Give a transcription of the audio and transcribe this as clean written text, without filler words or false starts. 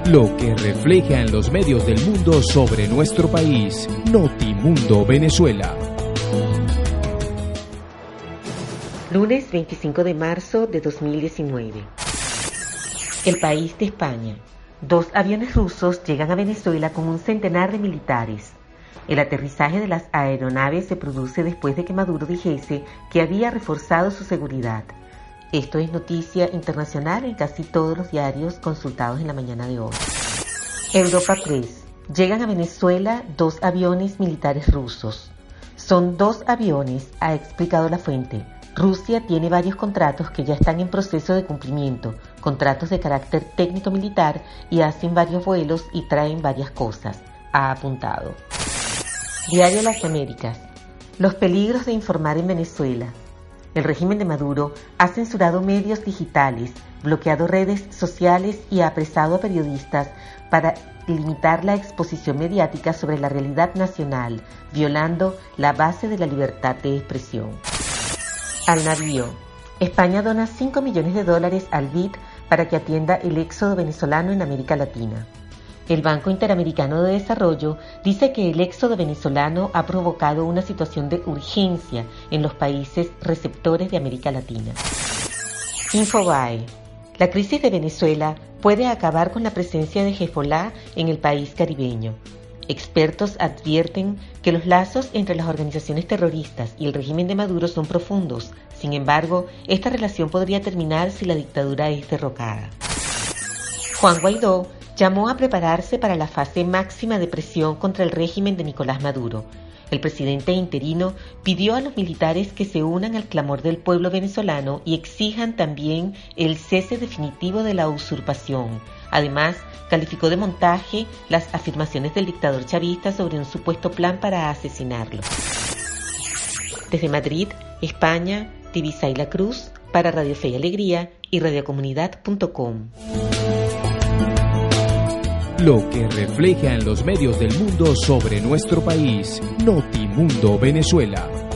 Lo que refleja en los medios del mundo sobre nuestro país. Notimundo Venezuela. Lunes 25 de marzo de 2019. El país de España. 2 aviones rusos llegan a Venezuela con un centenar de militares. El aterrizaje de las aeronaves se produce después de que Maduro dijese que había reforzado su seguridad. Esto es noticia internacional en casi todos los diarios consultados en la mañana de hoy. Europa Press. Llegan a Venezuela 2 aviones militares rusos. Son 2 aviones, ha explicado la fuente. Rusia tiene varios contratos que ya están en proceso de cumplimiento, contratos de carácter técnico-militar, y hacen varios vuelos y traen varias cosas, ha apuntado. Diario Las Américas. Los peligros de informar en Venezuela. El régimen de Maduro ha censurado medios digitales, bloqueado redes sociales y ha apresado a periodistas para limitar la exposición mediática sobre la realidad nacional, violando la base de la libertad de expresión. Al navío. España dona $5 millones al BID para que atienda el éxodo venezolano en América Latina. El Banco Interamericano de Desarrollo dice que el éxodo venezolano ha provocado una situación de urgencia en los países receptores de América Latina. Infobae. La crisis de Venezuela puede acabar con la presencia de Hezbollah en el país caribeño. Expertos advierten que los lazos entre las organizaciones terroristas y el régimen de Maduro son profundos. Sin embargo, esta relación podría terminar si la dictadura es derrocada. Juan Guaidó llamó a prepararse para la fase máxima de presión contra el régimen de Nicolás Maduro. El presidente interino pidió a los militares que se unan al clamor del pueblo venezolano y exijan también el cese definitivo de la usurpación. Además, calificó de montaje las afirmaciones del dictador chavista sobre un supuesto plan para asesinarlo. Desde Madrid, España, Tibisay La Cruz, para Radio Fe y Alegría y radiocomunidad.com. Lo que refleja en los medios del mundo sobre nuestro país. Notimundo Venezuela.